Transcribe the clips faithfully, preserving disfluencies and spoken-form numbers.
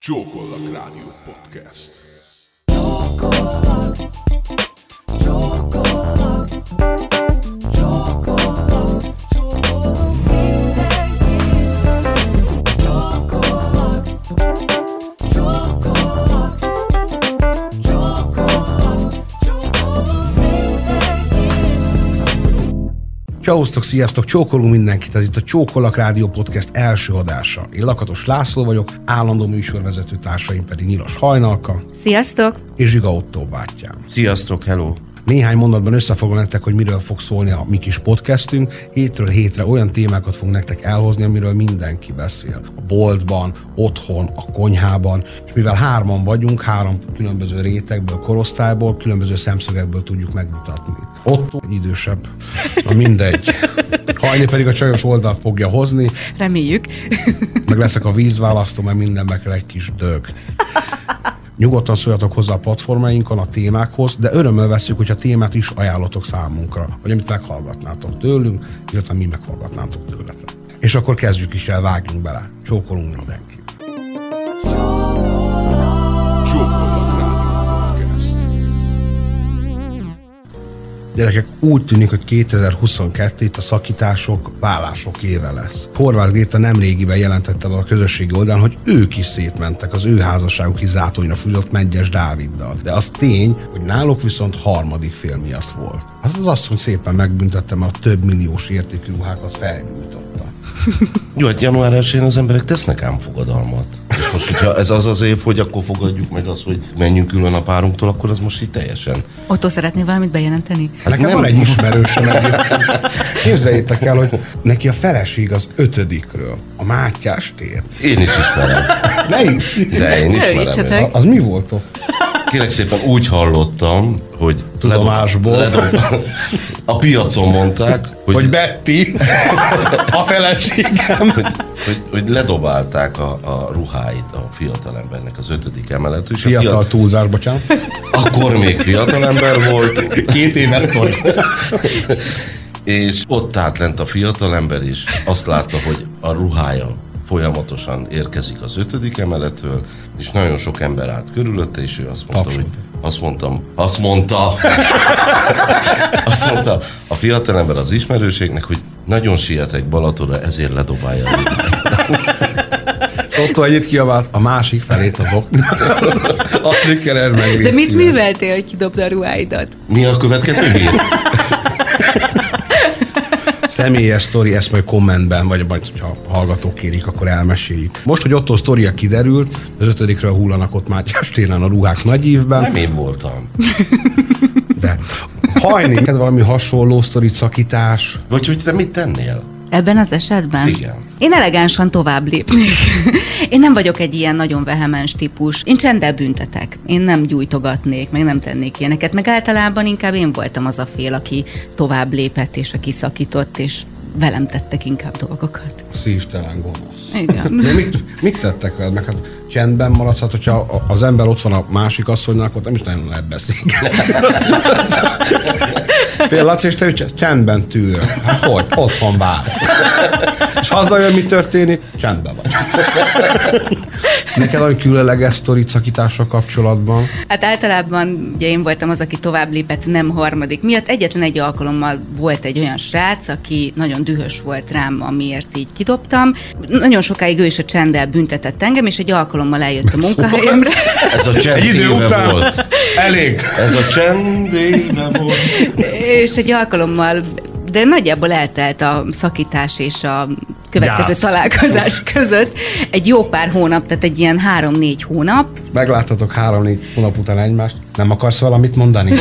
Csókollak Rádió Podcast. Csókollak, csókollak, csókollak, csókollak mindenkit. Csókollak, csókollak, csókollak, csókollak mindenkit. Csausztok, sziasztok, csókolunk mindenkit, ez itt a Csókollak Rádió Podcast első adása. Én Lakatos László vagyok, állandó műsorvezető társaim pedig Nyilas Hajnalka. Sziasztok! És Zsiga Ottó bátyám. Sziasztok, hello! Néhány mondatban összefogom nektek, hogy miről fog szólni a mi kis podcastünk. Hétről hétre olyan témákat fogunk nektek elhozni, amiről mindenki beszél. A boltban, otthon, a konyhában, és mivel hárman vagyunk, három különböző rétegből, korosztályból, különböző szemszögekből tudjuk megvitatni. Ottó idősebb, na mindegy. Hajni pedig a csajos oldalt fogja hozni. Reméljük. Meg leszek a vízválasztó, mert mindenbe kell egy kis dög. Nyugodtan szóljatok hozzá a platformainkon, a témákhoz, de örömmel veszük, hogy a témát is ajánlotok számunkra, vagy amit meghallgatnátok tőlünk, illetve mi meghallgatnátok tőletek. És akkor kezdjük is el, vágjunk bele. Csókolunk mindenkit. Csókollak Rádió Podcast. Gyerekek, úgy tűnik, hogy kétezer-huszonkettő itt a szakítások, vállások éve lesz. Horváth Géta nemrégiben jelentette be a közösségi oldalon, hogy ők is szétmentek, az ő házasságuk is zátonyra fújott Medgyes Dáviddal. De az tény, hogy náluk viszont harmadik fél miatt volt. Hát az asszony szépen megbüntette, mert a több milliós értékű ruhákat felgyújtotta. Jó, hát január elsején az emberek tesznek ám fogadalmat. És most, hogyha ez az az év, hogy akkor fogadjuk meg azt, hogy menjünk külön a párunktól, akkor az most így teljesen. Ottó, szeretnél valamit bejelenteni? Hát nekem nem van egy ismerősöm egyébként. Képzeljétek el, hogy neki a feleség az ötödikről, a Mátyás tér. Én is ismerem. Ne is! De én Örítsetek. ismerem. Az mi volt ott? Kérlek szépen úgy hallottam, hogy Tudomásból. ledob, ledob, a piacon mondták, hogy, Hogy Betty, a feleségem. hogy, hogy, hogy ledobálták a, a ruháit a fiatalembernek az ötödik emeletről. és a Fiatal fiat- túlzás, bocsánat. Akkor még fiatalember volt. Két éves kor. És ott állt lent a fiatalember is, azt látta, hogy a ruhája folyamatosan érkezik az ötödik emeletről, és nagyon sok ember állt körülötte, és ő azt mondta, Abszolút. hogy azt mondtam, azt mondta, azt mondta a fiatalember az ismerőségnek, hogy nagyon sietek Balatonra, ezért ledobálja a ruháját. Ottó egyet kiabált, a másik felét az oknak. A sikerer meg. De mit műveltél, hogy kidobta a ruháidat? Mi a következő hír? Személyes sztori, ezt majd kommentben, vagy majd, ha hallgatók kérik, akkor elmeséljük. Most, hogy Ottó sztoria kiderült, az ötödikről hullanak ott Mátyás téren a ruhák nagy ívben. Nem én voltam. De Hajni, neked valami hasonló sztorit, szakítás? Vagy hogy te mit tennél? Ebben az esetben? Igen. Én elegánsan tovább lépnék. Én nem vagyok egy ilyen nagyon vehemens típus. Én csenddel büntetek. Én nem gyújtogatnék, meg nem tennék ilyeneket. Meg általában inkább én voltam az a fél, aki tovább lépett, és aki szakított, és velem tettek inkább dolgokat. Szívtelen gonosz. Igen. De mit, mit tettek veled? Meg hát csendben maradsz, hát hogyha az ember ott van a másik asszonynak, akkor nem is nagyon lehet beszélni. Fél Laci, és te úgy csendben tűr. Hát hogy? Otthon vár. És hazajön, mi történik? Csendben vagy. Neked olyan különleges sztorit szakítással kapcsolatban? Hát általában ugye én voltam az, aki tovább lépett nem harmadik miatt. Egyetlen egy alkalommal volt egy olyan srác, aki nagyon dühös volt rám, amiért így kidobtam. Nagyon sokáig ő is a csenddel büntetett engem, és egy alkalommal eljött a munkahelyemre. Ez a csend Egy idő éve után volt. elég. Ez a csend éve volt. És egy alkalommal, de nagyjából eltelt a szakítás és a következő Gyász. találkozás között egy jó pár hónap, tehát egy ilyen három-négy hónap. Megláttatok három-négy hónap után egymást. Nem akarsz valamit mondani?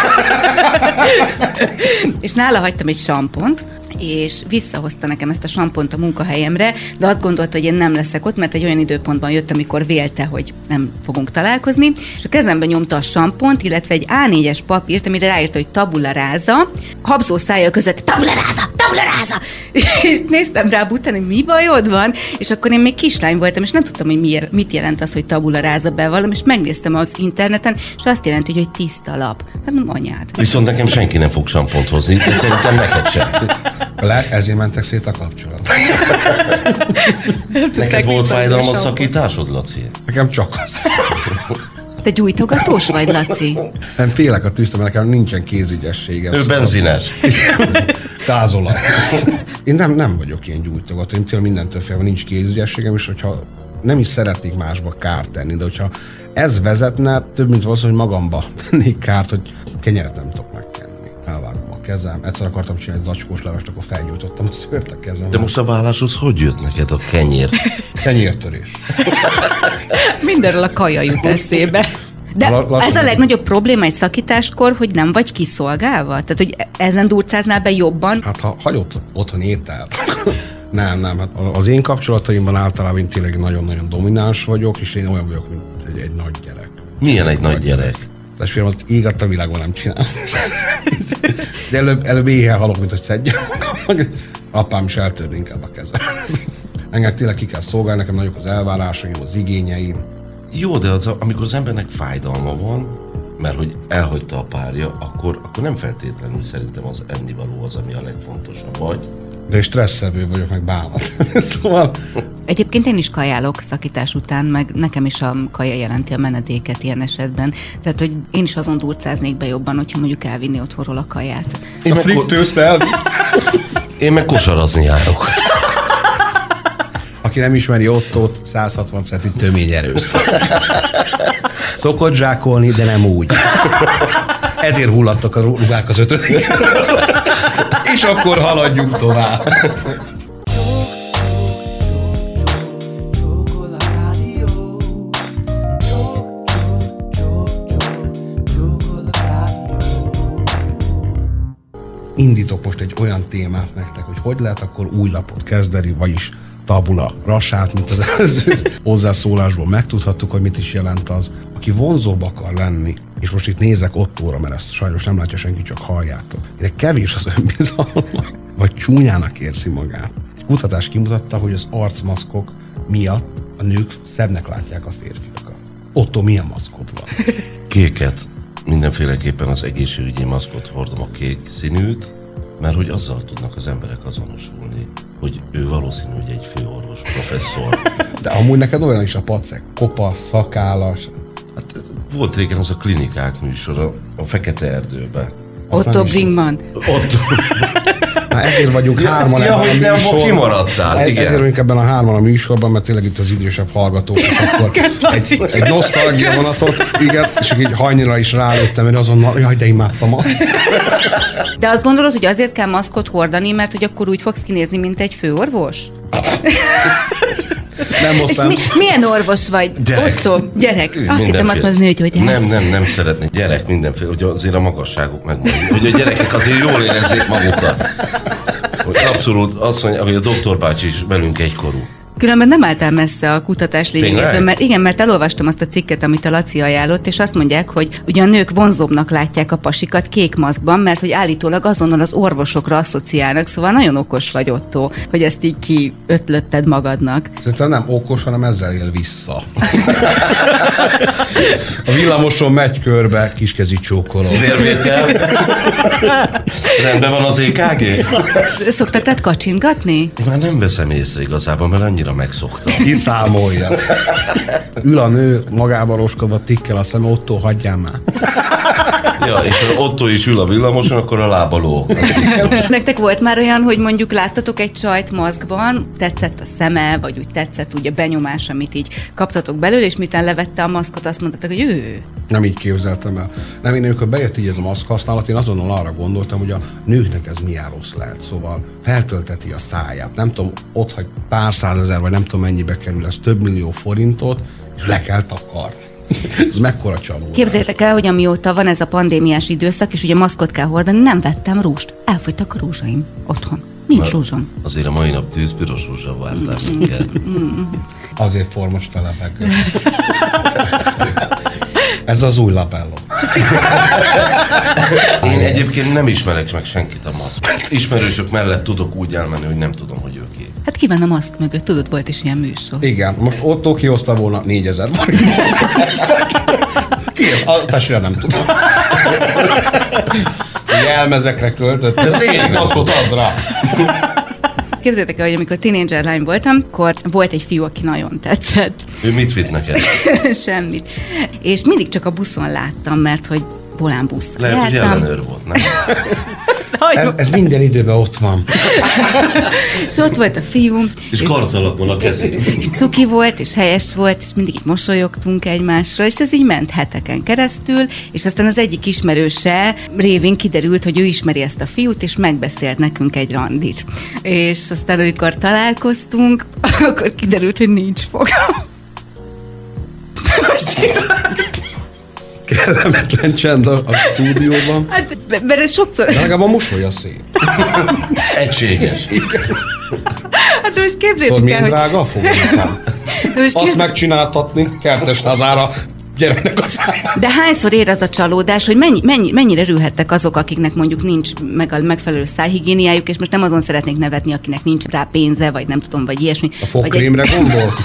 És nála hagytam egy sampont, és visszahozta nekem ezt a sampont a munkahelyemre, de azt gondolta, hogy én nem leszek ott, mert egy olyan időpontban jött, amikor vélte, hogy nem fogunk találkozni, és a kezembe nyomta a sampont, illetve egy á négyes papírt, amire ráírta, hogy tabula rasa, habzó szája között tabula rasa, tabula tabula rasa! És néztem rá bután, hogy mi bajod van, és akkor én még kislány voltam, és nem tudtam, hogy mi, mit jelent az, hogy tabula rasa bevallom, és megnéztem az interneten, és azt jelenti, hogy tiszta lap. Hát nem anyád. Viszont nekem senki nem fog sampont hozni, de szerintem neked sem. Lehet, ezért mentek szét a kapcsolatban. Neked volt fájdalmas szakításod, Laci? Nekem csak az. Te gyújtogatós vagy, Laci? Nem félek a tűztől, mert nekem nincsen kézügyességem. Ő benzines. Gázolaj. Én nem, nem vagyok ilyen gyújtogató, én tényleg mindentől félve nincs kézügyességem, és hogyha nem is szeretnék másba kárt tenni, de hogyha ez vezetne, több mint valószínű, hogy magamba tennék kárt, hogy kenyeret nem tudok megkenni. Elvágom a kezem. Egyszer akartam csinálni egy zacskós levest, akkor felgyújtottam a szőrt a kezem. De most a válláshoz hogy jött neked a kenyér? Kenyértörés. Mindenről a kaja jut eszébe. De Lassan ez a legnagyobb probléma egy szakításkor, hogy nem vagy kiszolgálva? Tehát, hogy ezen durcáznál be jobban? Hát ha hagyott otthon ételt, nem, nem. Hát az én kapcsolataimban általában én tényleg nagyon-nagyon domináns vagyok, és én olyan vagyok, mint egy, egy nagy gyerek. Milyen egy nagy gyerek? Testvérem, az ég a világon nem csinál. De előbb, előbb éhen halok, mint hogy szedjem. Apám is eltörni inkább a kezem. Engem tényleg ki kell szolgálni, nekem nagyok az elvárásaim, az igényeim. Jó, de az, amikor az embernek fájdalma van, mert hogy elhagyta a párja, akkor, akkor nem feltétlenül szerintem az ennivaló az, ami a legfontosabb. Vagy? De és stresszevő vagyok, meg bánat. Szóval... Egyébként én is kajálok szakítás után, meg nekem is a kaja jelenti a menedéket ilyen esetben. Tehát, hogy én is azon durcáznék be jobban, hogyha mondjuk elvinni otthonról a kaját. Én A meg, frittőzt elvitt. én meg kosarazni járok. Aki nem ismeri Ottót, száz hatvan centi tömény erősz. Szokott zsákolni, de nem úgy. Ezért hullattak a rugák az ötödik. És akkor haladjunk tovább. Csókol a rádió. Csók, csók, csók, csók, csókol a rádió. Indítok most egy olyan témát nektek, hogy hogy lehet akkor új lapot kezdeni, vagyis tabula rasát, mint az előző hozzászólásból megtudhattuk, hogy mit is jelent az, aki vonzóbb akar lenni, és most itt nézek Ottóra, mert ezt sajnos nem látja senki, csak halljátok. De kevés az önbizalma, vagy csúnyának érzi magát. Egy kutatás kimutatta, hogy az arcmaszkok miatt a nők szebbnek látják a férfiakat. Ottó, milyen maszkod van? Kéket. Mindenféleképpen az egészségügyi maszkot hordom, a kék színűt, mert hogy azzal tudnak az emberek azonosulni, hogy ő valószínű, hogy egy főorvos, professzor. De amúgy neked olyan is a pacek, kopasz, szakállas. Hát ez, volt régen az a klinikák műsora a Fekete Erdőben. Otto Brinkman. Ott. Na, ezért vagyunk Ja, hárman ja, ebben hogy a te abból műsorban. kimaradtál, Ez, igen. Ezért vagyunk ebben a hárman a műsorban, mert tényleg itt az idősebb hallgatók, és akkor egy, egy nosztalgia vonatot, igen, és így hajnira is rálőttem, hogy azonnal, jaj, de imádtam azt. De azt gondolod, hogy azért kell maszkot hordani, mert hogy akkor úgy fogsz kinézni, mint egy főorvos? Nem És hoztam. mi, milyen orvos vagy? Gyerek. Otto, gyerek. Azt hittem Mindenféle. azt mondani, hogy hogy Nem, nem, nem szeretnék. Gyerek, mindenféle. Hogy azért a magasságok megmondjuk. Hogy a gyerekek azért jól érezzék magukat. Hogy abszolút azt mondja, hogy a doktor bácsi is velünk egykorú. Különben nem álltál messze a kutatás lényegétől, Tényleg? mert igen, mert elolvastam azt a cikket, amit a Laci ajánlott, és azt mondják, hogy ugye a nők vonzóbbnak látják a pasikat kék maszkban, mert hogy állítólag azonnal az orvosokra asszociálnak, szóval nagyon okos vagy, Otto, hogy ezt így kiötlötted magadnak. Szerintem nem okos, hanem ezzel él vissza. A villamoson megy körbe, kiskezi csókolom. Vérvétel. Rendben van az é ká gé? Szoktak tehát kacsintgatni? Én már nem veszem észre igazából, mert annyira megszoktam. Kiszámolja. Ül a nő magába roskodva, tikkel a szem, Otto, hagyjál már. Ja, és ha Otto is ül a villamoson, akkor a lába lóg. Az biztos. Nektek volt már olyan, hogy mondjuk láttatok egy csajt maszkban, tetszett a szeme, vagy úgy tetszett úgy a benyomás, amit így kaptatok belőle, és miután levette a maszkot, azt mondtátok, hogy ő. Nem így képzeltem el. Nem, én amikor bejött így ez a maszk használat, én azonnal arra gondoltam, hogy a nőknek ez milyen rossz lehet. Szóval feltölteti a száját. Nem tudom, ott hagy pár százezer, vagy nem tudom mennyibe kerül, ez több millió forintot, és le kell takarni. Ez mekkora csalódás. Képzeljétek el, hogy amióta van ez a pandémiás időszak, és ugye maszkot kell hordani, nem vettem rúst. Elfogytak a rúzsaim otthon. Nincs rúzsom. Azért a mai nap tűzpiros rózsa vártál minket. Azért formos telepek. Ez az új lapelló. Én egyébként nem ismerek meg senkit a maszkban. Ismerősök mellett tudok úgy elmenni, hogy nem tudom, hogy ők ki. Hát ki van a maszk mögött? Tudod, volt is ilyen műsor. Igen, most Otto kihozta volna négyezer forintot. Ki ez? A testvére nem tudom. Jelmezekre költött. De tényleg maszkot ad rá. Képzeljétek el, hogy amikor tínédzser lány voltam, akkor volt egy fiú, aki nagyon tetszett. Ő mit vitt neked? Semmit. És mindig csak a buszon láttam, mert hogy volán buszra Lehet, hogy jártam. ellenőr volt, nem? Ez, ez minden időben ott van. És ott volt a fiú. És karzalakon a kezén. És cuki volt, és helyes volt, és mindig így mosolyogtunk egymásra, és ez így ment heteken keresztül, és aztán az egyik ismerőse révén kiderült, hogy ő ismeri ezt a fiút, és megbeszélt nekünk egy randit. És aztán, amikor találkoztunk, akkor kiderült, hogy nincs foga. Kellemetlen csend a, a stúdióban. Hát, mert ez sokszor... De legalább a mosolya szép. Egységes. Hát most Tudod, képzeljétek el, milyen hogy... drága a fog nekem? Most Azt képz... megcsináltatni, kertes hazára, gyereknek a szájára. De hányszor ér az a csalódás, hogy mennyi, mennyi, mennyire rülhettek azok, akiknek mondjuk nincs meg a megfelelő szájhigiéniájuk, és most nem azon szeretnék nevetni, akinek nincs rá pénze, vagy nem tudom, vagy ilyesmi. A fogkrémre egy... gondolsz?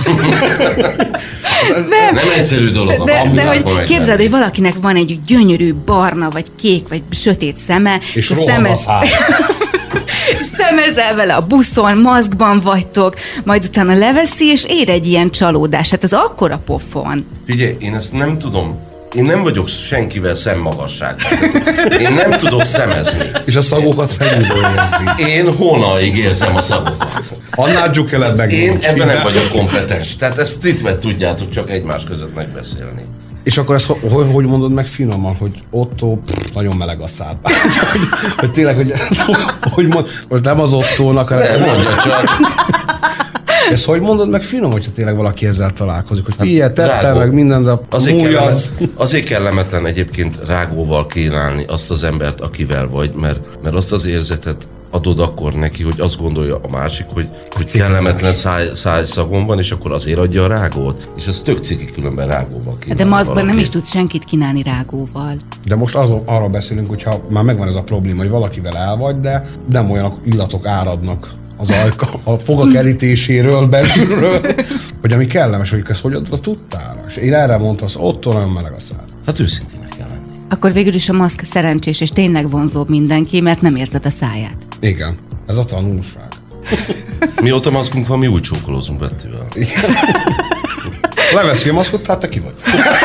Nem, Nem egyszerű dolog. de, de hogy képzeld, hogy valakinek van egy gyönyörű barna, vagy kék, vagy sötét szeme, És a rohad a szemez... száj. és szemezel vele a buszon, maszkban vagytok, majd utána leveszi, és ér egy ilyen csalódás. Hát ez akkora pofon. Figyelj, én ezt nem tudom. Én nem vagyok senkivel szemmagasságban. Én nem tudok szemezni. És a szagokat felülről érzi. Én hónaig érzem a szagokat. Annál dzsukeled meg. Én ebben nem vagyok kompetens. Tehát ezt titvet tudjátok csak egymás között megbeszélni. És akkor ezt hogy, hogy mondod meg finoman, hogy Otto, pff, nagyon meleg a szád. hogy, hogy tényleg, hogy, hogy mond, most nem az Ottónak, hanem... Nem, mondja csak. Ezt hogy mondod meg finom, hogyha tényleg valaki ezzel találkozik, hogy figyelj, tetszel Rágó. meg minden, de Azért, múlja kellemet, az... azért kellemetlen egyébként rágóval kínálni azt az embert, akivel vagy, mert, mert azt az érzetet adod akkor neki, hogy azt gondolja a másik, hogy, hogy kellemetlen száj, szájszagon van, és akkor azért adja a rágót. És ez tök ciki különben rágóval kínálni. De maszkban nem valaki. is tudsz senkit kínálni rágóval. De most azon, arra beszélünk, hogyha már megvan ez a probléma, hogy valakivel el vagy, de nem olyan illatok áradnak az ajka, a foga kerítéséről, belülről, hogy ami kellemes, hogy ezt hogy adod tudtál. És én erre mondtam, hogy Otto nagyon meleg a szád. Hát őszintének kell lenni. Akkor végül is a maszk szerencsés, és tényleg vonzóbb mindenki, mert nem érzed a száját. Igen, ez a tanulság. Mióta maszkunk van, mi úgy csókolózunk Bettivel. Leveszi a maszkot, tehát te ki vagy.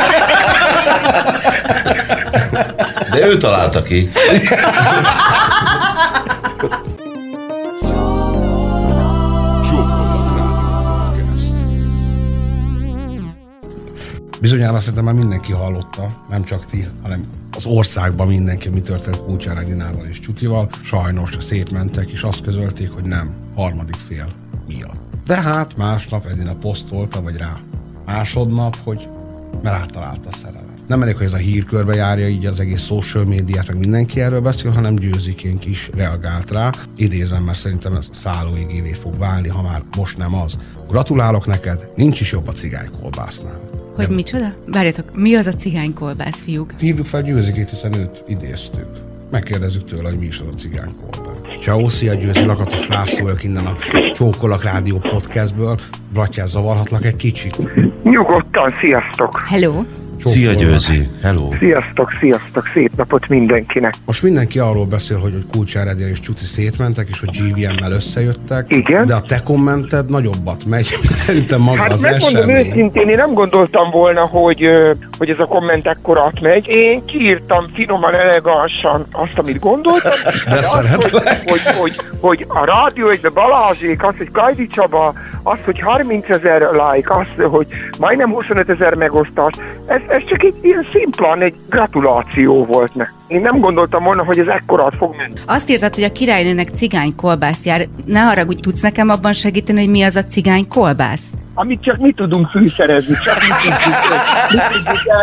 De ő találta ki. Csókolom Rádió Podcast. Bizonyára szerintem már mindenki hallotta, nem csak ti, hanem az országban mindenki, mi történt Kulcsár Edinával és Csutival. Sajnos szétmentek, és azt közölték, hogy nem, harmadik fél miatt. De hát másnap Edina posztolta, vagy rá másodnap, hogy mert áttalálta a szerelem. Nem elég, hogy ez a hír körbe járja így az egész social médiát, meg mindenki erről beszél, hanem Győzikénk is reagált rá. Idézem, mert szerintem ez szállóigévé fog válni, ha már most nem az. Gratulálok neked, nincs is jobb a cigánykolbásznál. Hogy De micsoda? Várjatok, mi az a cigánykolbász, fiúk? hívjuk fel Győzikét, hiszen őt idéztük. Megkérdezzük tőle, hogy mi is az a cigánykolbász. Ciao, szia Győzi, Lakatos László vagyok innen a Csókolak Rádió podcastből. Brattyát, zavarhatlak egy kicsit? Nyugodtan, sziasztok! Hello! Szia Győzi, hello. Sziasztok, sziasztok, szép napot mindenkinek. Most mindenki arról beszél, hogy, hogy Kulcsár Edina és Csuti szétmentek, és hogy gé vé em-mel összejöttek. Igen. De a te kommented nagyobbat megy, szerintem maga Hát az megmondom esemény. őszintén, én nem gondoltam volna, hogy, ö, hogy ez a komment ekkorát megy. Én kiírtam finoman, elegánsan azt, amit gondoltam. De azt, szeretlek. hogy, hogy, hogy, hogy a rádió, egy Balázsék, az, hogy Gajdi Csaba, az, hogy harmincezer like, az, hogy majdnem huszonötezer megosztás, ez, ez csak egy ilyen szimplan, egy gratuláció volt ne. Én nem gondoltam volna, hogy ez ekkorát fog menni. Azt írtad, hogy a királynőnek cigánykolbász jár. Ne haragudj, tudsz nekem abban segíteni, hogy mi az a cigánykolbász? Amit csak mi tudunk fűszerezni, csak mi tudjuk, mi tudjuk elképzelni,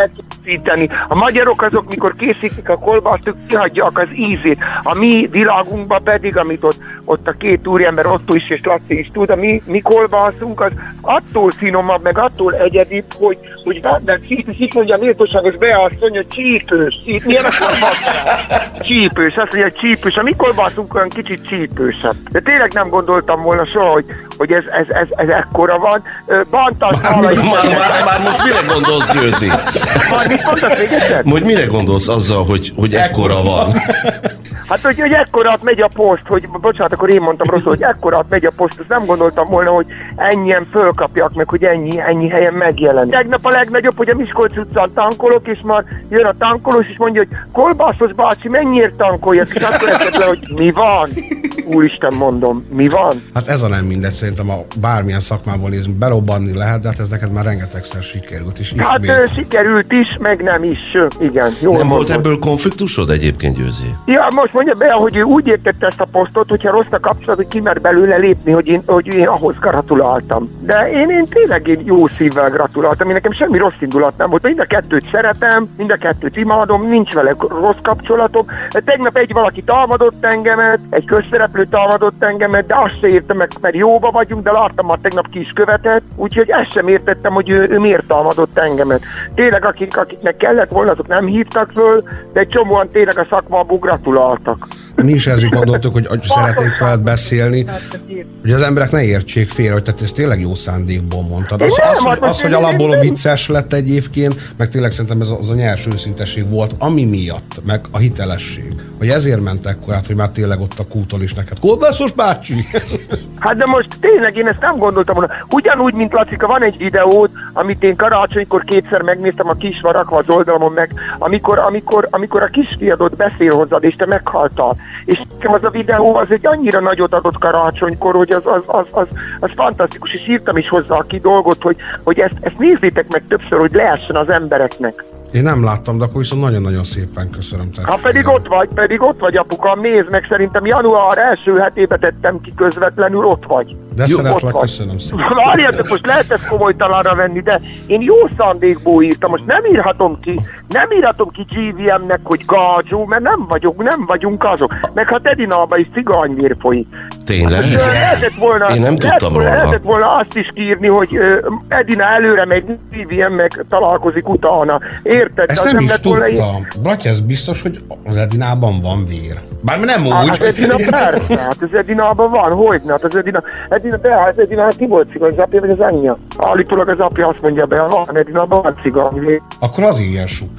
készíteni. A magyarok azok, mikor készítik a kolbászt, ők kihagyják az ízét. A mi világunkban pedig, amit ott, ott a két úriember, Otto is és Laci is tud, a mi, mi kolbászunk, az attól finomabb, meg attól egyedibb, hogy, hogy várnak szít, és itt mondja a méltóságos beasszony, hogy csípős. Szít, milyen a kolbász? Csípős, azt mondja, hogy csípős. A mi kolbászunk olyan kicsit csípősebb. De tényleg nem gondoltam volna soha, hogy, hogy ez, ez, ez, ez ekkora van. Bantas már, már, már, már most mire gondolsz, Győzi? Már mit mondasz még egyszer? Hogy mire gondolsz azzal, hogy, hogy ekkora van? Hát, hogy, hogy ekkorát megy a poszt, hogy, bocsánat, akkor én mondtam rosszul, hogy ekkorát megy a poszt, azt nem gondoltam volna, hogy ennyien fölkapják meg, hogy ennyi, ennyi helyen megjelen. Tegnap a legnagyobb, hogy a Miskolci utcán tankolok, és már jön a tankolós, és mondja, hogy kolbászos bácsi, mennyiért tankoljak? És akkor esett le, hogy mi van? Úristen, mondom, mi van? Hát ez a nem mindegy, szerintem a bármilyen szakmából nézünk, berobbanni lehet, de hát ez neked már rengetegszer sikerült is. Hát ö, sikerült is, meg nem is, igen. Jól nem mondod. volt ebből konfliktusod egyébként, Győzi? Ja, most mondja be, hogy ő úgy értette ezt a posztot, hogyha rossz a kapcsolat, hogy ki mer belőle lépni, hogy én, hogy én ahhoz gratuláltam. De én, én tényleg én jó szívvel gratuláltam, én nekem semmi rossz indulat nem volt. Mind a kettőt szeretem, mind a kettőt imádom, nincs vele rossz kapcsolatom. Tegnap egy valaki támadott engemet, egy közszereplő támadott engemet, de azt se értem meg, mert jóba vagyunk, de láttam már tegnap ki is követett, úgyhogy ezt sem értettem, hogy ő, ő miért támadott engemet. Tényleg akik, akiknek kellett volna, azok nem hívtak föl, de egy csomóan tényleg a szakmából gratuláltak. Mi is ezért gondoltuk, hogy, hogy szeretnénk veled beszélni, hogy az emberek ne értsék félre, hogy tehát ezt tényleg jó szándékból mondtad. Az, az, az, az hogy alapból a vicces lett egyébként, meg tényleg szerintem ez az a nyers őszintesség volt, ami miatt, meg a hitelesség. Hogy ezért mentek át, hogy már tényleg ott a kúton is neked. Kolbászos bácsi! Hát de most tényleg én ezt nem gondoltam volna. Ugyanúgy, mint Lacika, van egy videót, amit én karácsonykor kétszer megnéztem, a kis van rakva az oldalamon meg, amikor, amikor, amikor a kisfiadod beszél hozzád, és te meghaltál. És nekem az a videó az egy annyira nagyot adott karácsonykor, hogy az, az, az, az, az fantasztikus, és írtam is hozzá ki dolgot, hogy, hogy ezt, ezt nézzétek meg többször, hogy lehessen az embereknek. Én nem láttam, de akkor viszont nagyon-nagyon szépen köszönöm. Ha pedig ott vagy, pedig ott vagy, apukám, nézd meg, szerintem január első hetében tettem ki közvetlenül, ott vagy. De jó, szeretlek, köszönöm szépen. Várjátok, most lehet ezt komolytalanra venni, de én jó szándékból írtam, most nem írhatom ki, nem írhatom ki gé vé em-nek, hogy gágyó, mert nem vagyok, nem vagyunk azok. Meg ha Edinában is cigányvér folyik. Tényleg? Lehetett volna, Én nem tudtam volna, róla. lehetett volna azt is kiírni, hogy uh, Edina előre megy, gé vé em meg találkozik utána. Érted? Ezt Az nem is lett volna tudtam. én- Bratya, ez biztos, hogy az Edinában van vér. Bár nem úgy. Hát az Edina persze, hát az Edinában van, hogyne, hát az Edina, Edina, de hát az Edina, hát ki volt cigány, az apja vagy az anyja? Állítólag az apja azt mondja be, van Edinában van cigány. Akkor az ilyen sok.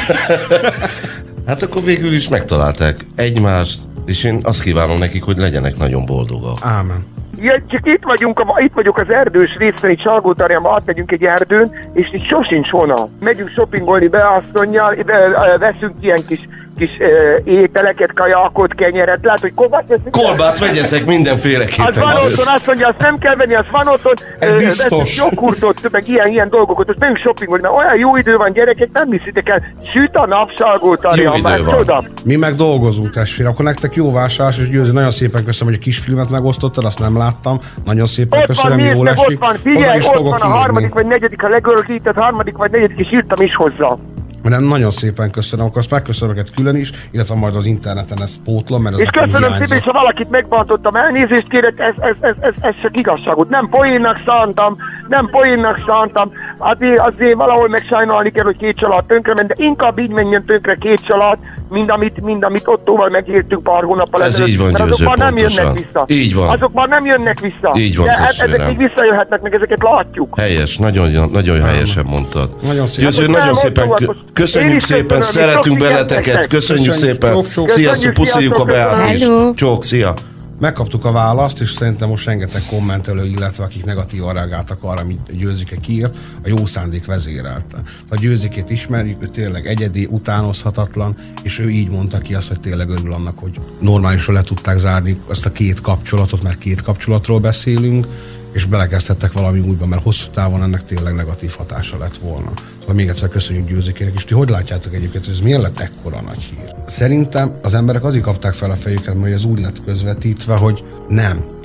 Hát akkor végül is megtalálták egymást, és én azt kívánom nekik, hogy legyenek nagyon boldogak. Ámen. Ja, csak itt vagyunk, a, itt vagyok az erdős részen, itt Salgótarjánban átmegyünk egy erdőn, és itt sosincs honnan. Megyünk shoppingolni beasszonnyal, de, de, veszünk ilyen kis, kis uh, ételeket, kajákot, kenyeret. Lát, hogy kolbász veszünk. Kolbász vegyetek mindenféleképpen. Az van otthon, azt mondja, azt nem kell venni, az van otthon. Ez ö, biztos. veszünk joghurtot, meg ilyen, ilyen dolgokat. Most megyünk shoppingolni, mert olyan jó idő van, gyerekek, nem hiszitek el. Süt a nap Salgótarjánban, Jó idő van. csoda. Mi meg dolgozunk, testvére. Akkor nektek jó vásárlás, és Győzi, nagyon szépen köszönöm, hogy a kisfilmet megosztottad, azt nem láttam. Nagyon szépen Ott van, köszönöm, nézd jól meg, esik. ott van, Oda figyelj, is ott fogok van a írni. harmadik vagy negyedik, a legörökített harmadik vagy negyedik, és írtam is hozzá. De nagyon szépen köszönöm, akkor azt megköszönöm neked külön is, illetve majd az interneten ezt pótlom, mert ez És nekem köszönöm hiányzott. szépen, és ha valakit megbántottam, elnézést kérek, ez, ez, ez, ez, ez csak igazságot. Nem poénnak szántam, nem poénnak szántam. Azért, azért valahol megsajnálni kell, hogy két család tönkrement, de inkább így menjen tönkre két család, mind amit, mind amit Ottóval megértünk pár hónappal Ez így van, mert azok Győző, már nem pontosan. jönnek vissza. Így van. Azok már nem jönnek vissza. Így van, de hát testvérem. ezek még visszajöhetnek, meg ezeket látjuk. Helyes, nagyon, nagyon helyesen mondtad. Nagyon szépen. Győző, Hát, nagyon nem, szépen ott kö- van, most köszönjük én is szépen, köszönöm, szeretünk sok beleteket, sikert köszönjük nektek. szépen. Csók, csók. Sziasztok, Köszönjük, pusziljuk a sziasztok, Beát is. hello. Csók, szia! Megkaptuk a választ, és szerintem most rengeteg kommentelő, illetve akik negatívan reagáltak arra, amit Győzike kiírt, a jó szándék vezérelte. A Győzikét ismerjük, ő tényleg egyedi, utánozhatatlan, és ő így mondta ki azt, hogy tényleg örül annak, hogy normálisan le tudták zárni ezt a két kapcsolatot, mert két kapcsolatról beszélünk, és belekezdhettek valami újba, mert hosszú távon ennek tényleg negatív hatása lett volna. Szóval még egyszer köszönjük Győzikének, és ti hogy látjátok egyébként, hogy ez miért lett ekkora nagy hír? Szerintem az emberek azért kapták fel a fejüket, mert az úgy lett közvetítve, hogy nem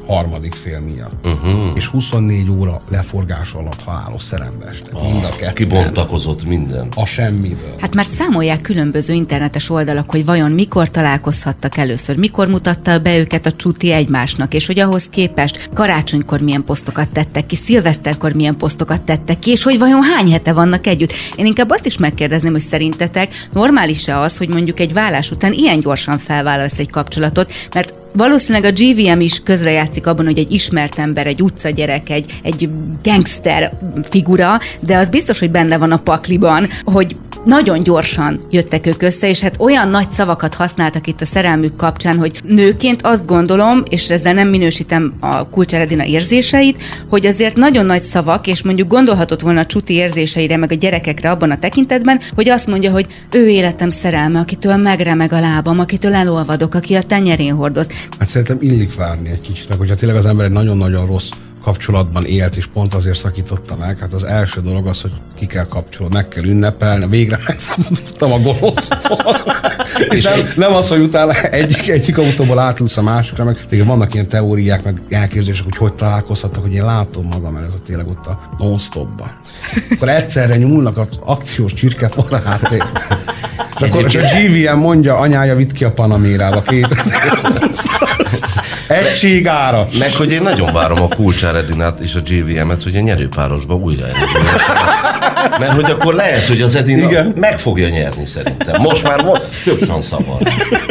harmadik fél miatt. Uh-huh. És huszonnégy óra leforgás alatt halálos szerelembe estek. Ah, mind a ketten. Kibontakozott minden. A semmiből. Hát már számolják különböző internetes oldalak, hogy vajon mikor találkozhattak először, mikor mutatta be őket a csuti egymásnak, és hogy ahhoz képest karácsonykor milyen posztokat tettek ki, szilveszterkor milyen posztokat tettek ki, és hogy vajon hány hete vannak együtt. Én inkább azt is megkérdezném, hogy szerintetek normális-e az, hogy mondjuk egy vállás után ilyen gyorsan felvállalsz egy kapcsolatot, mert valószínűleg a gé vé em is közrejátszik abban, hogy egy ismert ember, egy utcagyerek, egy, egy gangster figura, de az biztos, hogy benne van a pakliban, hogy nagyon gyorsan jöttek ők össze, és hát olyan nagy szavakat használtak itt a szerelmük kapcsán, hogy nőként azt gondolom, és ezzel nem minősítem a Kulcsár Edina érzéseit, hogy azért nagyon nagy szavak, és mondjuk gondolhatott volna a csuti érzéseire, meg a gyerekekre abban a tekintetben, hogy azt mondja, hogy ő életem szerelme, akitől megremeg a lábam, akitől elolvadok, aki a tenyerén hordoz. Hát szerintem illik várni egy kicsit, hogyha tényleg az ember egy nagyon-nagyon rossz kapcsolatban élt, és pont azért szakította meg. Hát az első dolog az, hogy ki kell kapcsolni, meg kell ünnepelni, végre megszabadultam a gonosztól. És nem, nem az, hogy utána egyik, egyik autóból átülsz a másikra, meg tényleg vannak ilyen teóriák, meg elképzelések, hogy hogy találkozhattak, hogy én látom magam előtt tényleg ott a non-stopban. Akkor egyszerre nyúlnak az akciós csirkeforra háttér. És akkor és a gé vé em mondja, anyája vitt ki a Panamérába kétezer-húsz. Egységára. Meg, hogy én nagyon várom a Kulcsár Edinát és a gé vé em-et, hogy a nyerőpárosba újra elinduljon. Mert hogy akkor lehet, hogy az Edina igen, meg fogja nyerni szerintem. Most már volt, több sansza van.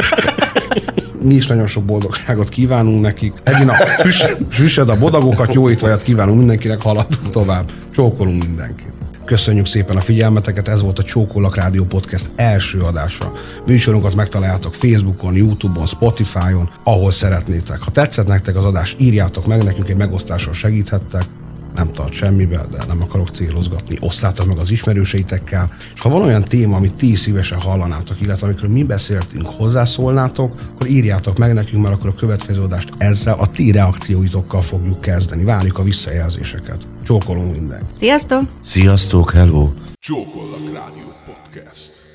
Mi is nagyon sok boldogságot kívánunk nekik. Edina, süssed a bodagokat, jó étvágyat kívánunk mindenkinek, haladunk tovább. Csókolunk mindenkit. Köszönjük szépen a figyelmeteket, ez volt a Csókolak Rádió Podcast első adása. Műsorunkat megtaláljátok Facebookon, YouTube-on, Spotify-on, ahol szeretnétek. Ha tetszett nektek az adás, írjátok meg nekünk, egy megosztással segíthettek. Nem tart semmibe, de nem akarok célozgatni. Osszátok meg az ismerőseitekkel. És ha van olyan téma, amit ti szívesen hallanátok, illetve amikor mi beszéltünk, hozzászólnátok, akkor írjátok meg nekünk, mert akkor a következő adást ezzel a ti reakcióitokkal fogjuk kezdeni. Várjuk a visszajelzéseket. Csókolunk mindenkit. Sziasztok! Sziasztok, hello! Csókollak Rádió Podcast.